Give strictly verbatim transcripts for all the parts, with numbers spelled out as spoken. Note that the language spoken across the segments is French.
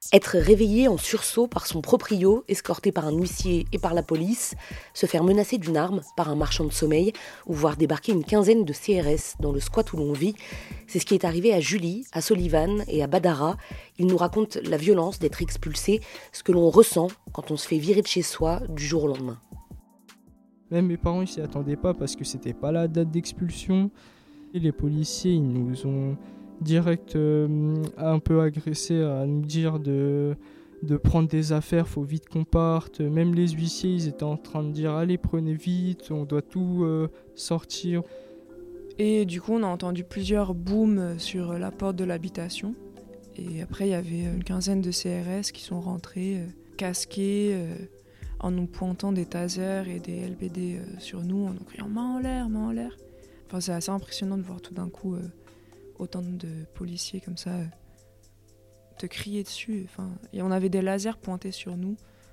Être réveillé en sursaut par son proprio, escorté par un huissier et par la police, se faire menacer d'une arme par un marchand de sommeil ou voir débarquer une quinzaine de C R S dans le squat où l'on vit, c'est ce qui est arrivé à Julie, à Solivan et à Badara. Ils nous racontent la violence d'être expulsé, ce que l'on ressent quand on se fait virer de chez soi du jour au lendemain. Même mes parents ils s'y attendaient pas parce que c'était pas la date d'expulsion. Et les policiers ils nous ont direct euh, un peu agressés à nous dire de, de prendre des affaires, faut vite qu'on parte. Même les huissiers ils étaient en train de dire allez prenez vite, on doit tout euh, sortir. Et du coup on a entendu plusieurs booms sur la porte de l'habitation. Et après il y avait une quinzaine de C R S qui sont rentrés, euh, casqués, euh, en nous pointant des tasers et des L B D euh, sur nous, en nous criant main en l'air, main en l'air. Enfin, c'est assez impressionnant de voir tout d'un coup euh, autant de policiers comme ça euh, te crier dessus. Enfin, et on avait des lasers pointés sur nous.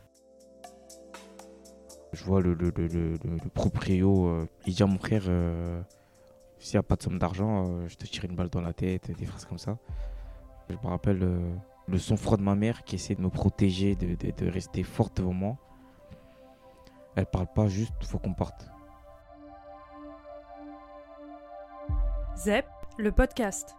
Je vois le, le, le, le, le proprio, euh, il dit à mon frère, euh, s'il n'y a pas de somme d'argent, euh, je te tire une balle dans la tête, des phrases comme ça. Je me rappelle euh, le sang-froid de ma mère qui essaie de me protéger, de, de, de rester forte devant moi. Elle parle pas, juste faut qu'on parte. ZEP, le podcast.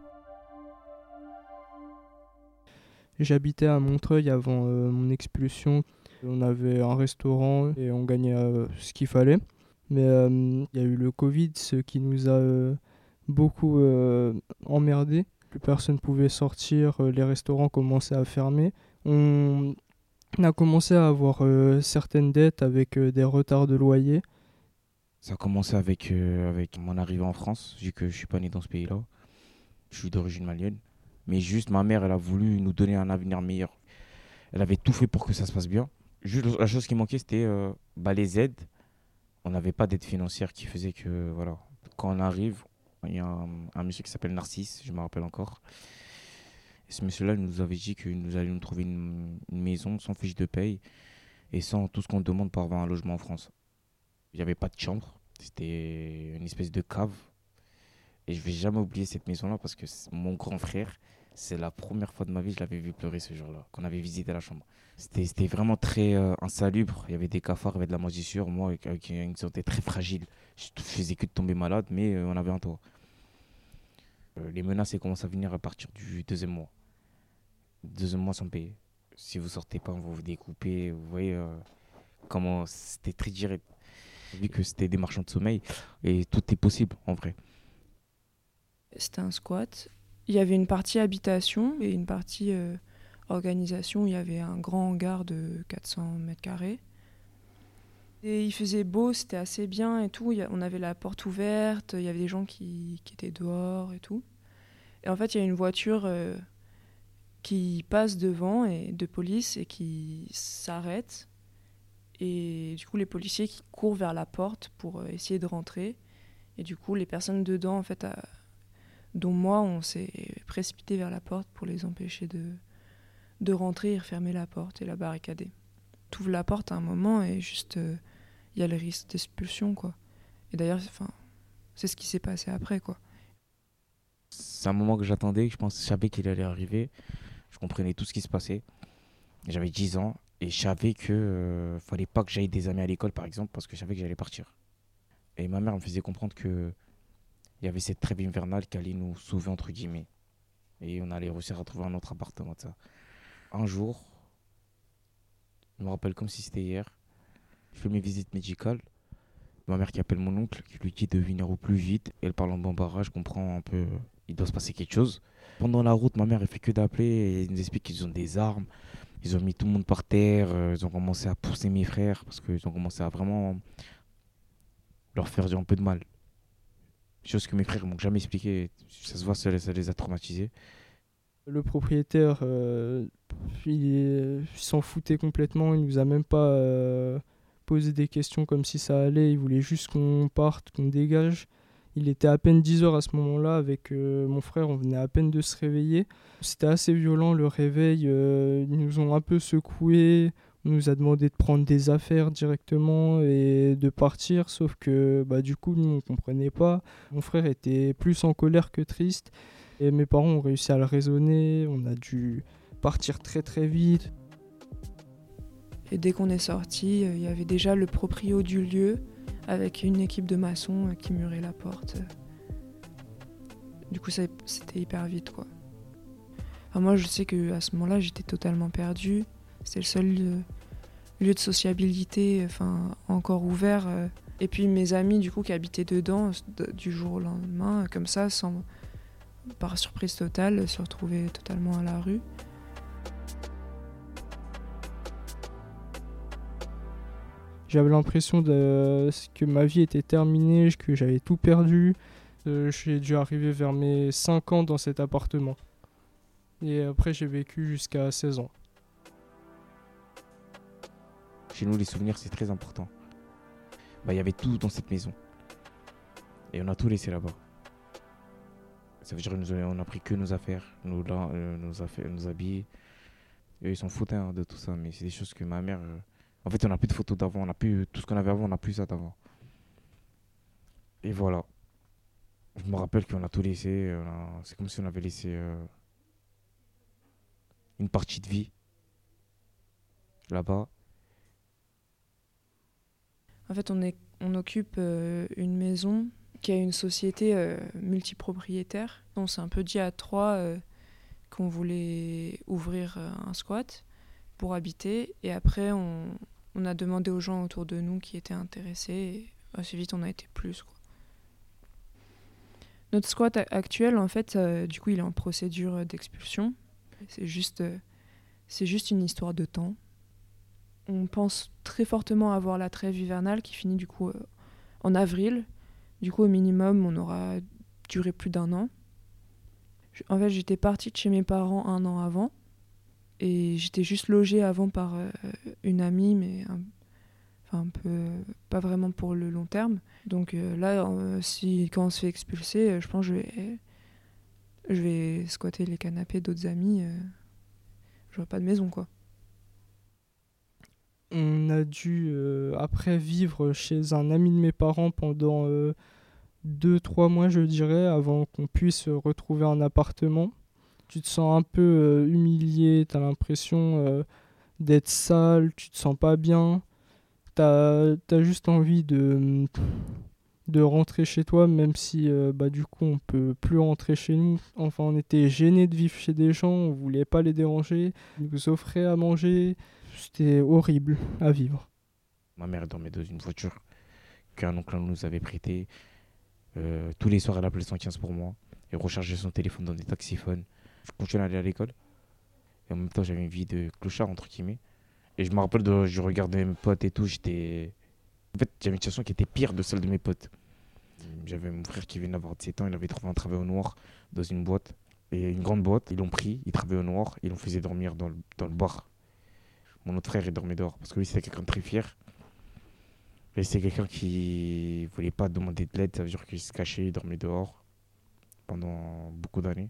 J'habitais à Montreuil avant euh, mon expulsion. On avait un restaurant et on gagnait euh, ce qu'il fallait. Mais il euh, y a eu le Covid, ce qui nous a euh, beaucoup euh, emmerdés. Plus personne ne pouvait sortir, euh, les restaurants commençaient à fermer. On, on a commencé à avoir euh, certaines dettes avec euh, des retards de loyer. Ça a commencé avec, euh, avec mon arrivée en France, vu que je suis pas né dans ce pays-là. Je suis d'origine malienne. Mais juste, ma mère, elle a voulu nous donner un avenir meilleur. Elle avait tout fait pour que ça se passe bien. Juste, la chose qui manquait, c'était euh, bah, les aides. On n'avait pas d'aide financière qui faisait que, voilà, quand on arrive, il y a un, un monsieur qui s'appelle Narcisse, je me rappelle encore. Et ce monsieur-là, il nous avait dit que nous allions nous trouver une, une maison sans fiche de paye et sans tout ce qu'on demande pour avoir un logement en France. Il n'y avait pas de chambre. C'était une espèce de cave. Et je ne vais jamais oublier cette maison-là parce que mon grand frère, c'est la première fois de ma vie que je l'avais vu pleurer ce jour-là, qu'on avait visité la chambre. C'était, c'était vraiment très euh, insalubre. Il y avait des cafards, il y avait de la moisissure. Moi, avec, avec une santé très fragile, je ne faisais que de tomber malade, mais euh, on avait un toit. Euh, les menaces elles commencent à venir à partir du deuxième mois. Deuxième mois sans payer. Si vous ne sortez pas, on va vous découper. Vous voyez euh, comment c'était très direct. Vu que c'était des marchands de sommeil et tout est possible en vrai. C'était un squat. Il y avait une partie habitation et une partie euh, organisation où il y avait un grand hangar de quatre cents mètres carrés. Et il faisait beau, c'était assez bien et tout. On avait la porte ouverte, il y avait des gens qui, qui étaient dehors et tout. Et en fait, il y a une voiture euh, qui passe devant et, de police et qui s'arrête. Et du coup, les policiers qui courent vers la porte pour euh, essayer de rentrer. Et du coup, les personnes dedans, en fait, à, dont moi, on s'est précipité vers la porte pour les empêcher de, de rentrer et refermer la porte et la barricader. Tu ouvres la porte à un moment et juste, il euh, y a le risque d'expulsion, quoi. Et d'ailleurs, c'est ce qui s'est passé après, quoi. C'est un moment que j'attendais, je pense, je savais qu'il allait arriver. Je comprenais tout ce qui se passait. J'avais dix ans. Et je savais qu'il ne euh, fallait pas que j'aille des amis à l'école, par exemple, parce que je savais que j'allais partir. Et ma mère me faisait comprendre qu'il y avait cette trêve hivernale qui allait nous sauver, entre guillemets. Et on allait réussir à trouver un autre appartement. De ça. Un jour, je me rappelle comme si c'était hier, je fais mes visites médicales. Ma mère qui appelle mon oncle, qui lui dit de venir au plus vite. Elle parle en bambara, je comprends un peu, euh, il doit se passer quelque chose. Pendant la route, ma mère elle fait que d'appeler et elle nous explique qu'ils ont des armes. Ils ont mis tout le monde par terre, euh, ils ont commencé à pousser mes frères parce qu'ils ont commencé à vraiment leur faire un peu de mal. Chose que mes frères ne m'ont jamais expliqué, ça se voit, ça, ça les a traumatisés. Le propriétaire, euh, il, est, il s'en foutait complètement, il nous a même pas euh, posé des questions comme si ça allait, il voulait juste qu'on parte, qu'on dégage. Il était à peine dix heures à ce moment-là avec euh, mon frère, on venait à peine de se réveiller. C'était assez violent le réveil, euh, ils nous ont un peu secoués, on nous a demandé de prendre des affaires directement et de partir, sauf que bah, du coup nous on comprenait pas. Mon frère était plus en colère que triste et mes parents ont réussi à le raisonner, on a dû partir très très vite. Et dès qu'on est sorti, il y avait déjà le proprio du lieu avec une équipe de maçons qui murait la porte. Du coup, ça, c'était hyper vite, quoi. Enfin, moi, je sais qu'à ce moment-là, j'étais totalement perdue. C'était le seul lieu, lieu de sociabilité, enfin, encore ouvert. Et puis mes amis, du coup, qui habitaient dedans, du jour au lendemain, comme ça, sans, par surprise totale, se retrouvaient totalement à la rue. J'avais l'impression de, que ma vie était terminée, que j'avais tout perdu. Euh, j'ai dû arriver vers mes cinq ans dans cet appartement. Et après, j'ai vécu jusqu'à seize ans. Chez nous, les souvenirs, c'est très important. Bah, il y avait tout dans cette maison. Et on a tout laissé là-bas. Ça veut dire qu'on n'a pris que nos affaires, nos, euh, nos, affaires, nos habits. Et ils s'en foutaient hein, de tout ça, mais c'est des choses que ma mère... Euh... En fait, on n'a plus de photos d'avant, on n'a plus tout ce qu'on avait avant, on n'a plus ça d'avant. Et voilà. Je me rappelle qu'on a tout laissé. A... C'est comme si on avait laissé euh... une partie de vie là-bas. En fait, on, est, on occupe euh, une maison qui a une société euh, multipropriétaire. On s'est un peu dit à trois euh, qu'on voulait ouvrir euh, un squat pour habiter. Et après, on, on a demandé aux gens autour de nous qui étaient intéressés. Et assez vite, on a été plus, quoi. Notre squat actuel, en fait, euh, du coup, il est en procédure d'expulsion. C'est juste, euh, c'est juste une histoire de temps. On pense très fortement avoir la trêve hivernale qui finit du coup euh, en avril. Du coup, au minimum, on aura duré plus d'un an. En fait, j'étais partie de chez mes parents un an avant. Et j'étais juste logée avant par euh, une amie, mais un, enfin, un peu, pas vraiment pour le long terme. Donc euh, là, euh, si, quand on se fait expulser, euh, je pense que je vais, je vais squatter les canapés d'autres amis. Euh, j'aurai pas de maison, quoi. On a dû, euh, après, vivre chez un ami de mes parents pendant euh, deux trois mois, je dirais, avant qu'on puisse retrouver un appartement. Tu te sens un peu euh, humilié, tu as l'impression euh, d'être sale, tu te sens pas bien. Tu as juste envie de, de rentrer chez toi, même si euh, bah, du coup on peut plus rentrer chez nous. Enfin, on était gênés de vivre chez des gens, on voulait pas les déranger, ils nous offraient à manger. C'était horrible à vivre. Ma mère dormait dans une voiture qu'un oncle nous avait prêtée. Euh, tous les soirs, elle appelait cent quinze pour moi et rechargeait son téléphone dans des taxiphones. Je continuais à aller à l'école. Et en même temps, j'avais une vie de clochard, entre guillemets. Et je me rappelle, de, je regardais mes potes et tout. J'étais... En fait, j'avais une situation qui était pire de celle de mes potes. J'avais mon frère qui venait d'avoir dix-sept ans. Il avait trouvé un travail au noir dans une boîte. Et une grande boîte. Ils l'ont pris, il travaillait au noir. Et ils l'ont faisait dormir dans le, dans le bar. Mon autre frère, il dormait dehors. Parce que lui, c'était quelqu'un de très fier. Et c'est quelqu'un qui voulait pas demander de l'aide. Ça veut dire qu'il se cachait, il dormait dehors. Pendant beaucoup d'années.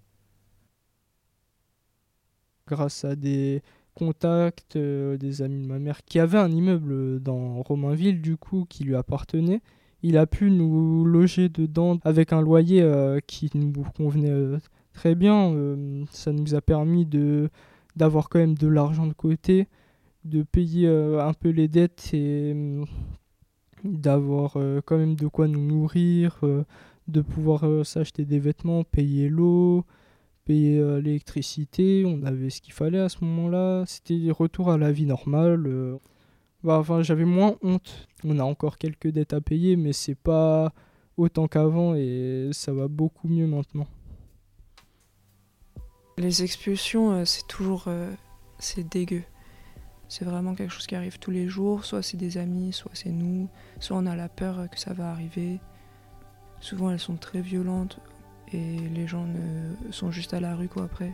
Grâce à des contacts, euh, des amis de ma mère qui avaient un immeuble dans Romainville, du coup, qui lui appartenait, il a pu nous loger dedans avec un loyer euh, qui nous convenait euh, très bien. Euh, ça nous a permis de, d'avoir quand même de l'argent de côté, de payer euh, un peu les dettes et euh, d'avoir euh, quand même de quoi nous nourrir, euh, de pouvoir euh, s'acheter des vêtements, payer l'eau, payer euh, l'électricité. On avait ce qu'il fallait à ce moment-là. C'était retour à la vie normale. Euh. Bah, enfin, j'avais moins honte. On a encore quelques dettes à payer, mais c'est pas autant qu'avant et ça va beaucoup mieux maintenant. Les expulsions, euh, c'est toujours... Euh, c'est dégueu. C'est vraiment quelque chose qui arrive tous les jours. Soit c'est des amis, soit c'est nous. Soit on a la peur que ça va arriver. Souvent, elles sont très violentes. Et les gens ne... sont juste à la rue, quoi, après.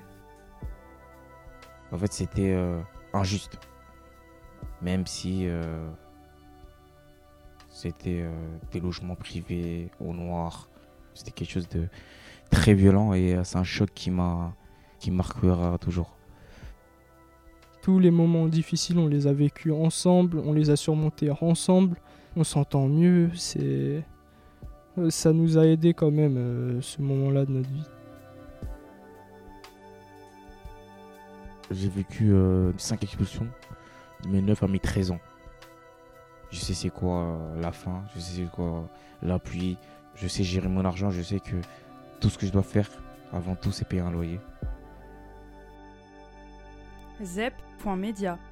En fait, c'était euh, injuste. Même si euh, c'était euh, des logements privés au noir. C'était quelque chose de très violent et euh, c'est un choc qui m'a qui marquera toujours. Tous les moments difficiles, on les a vécus ensemble, on les a surmontés ensemble. On s'entend mieux, c'est... ça nous a aidés quand même, euh, ce moment-là de notre vie. J'ai vécu euh, cinq expulsions de mes neuf à mes treize ans. Je sais c'est quoi euh, la faim, je sais c'est quoi la pluie, je sais gérer mon argent, je sais que tout ce que je dois faire, avant tout, c'est payer un loyer. zep point media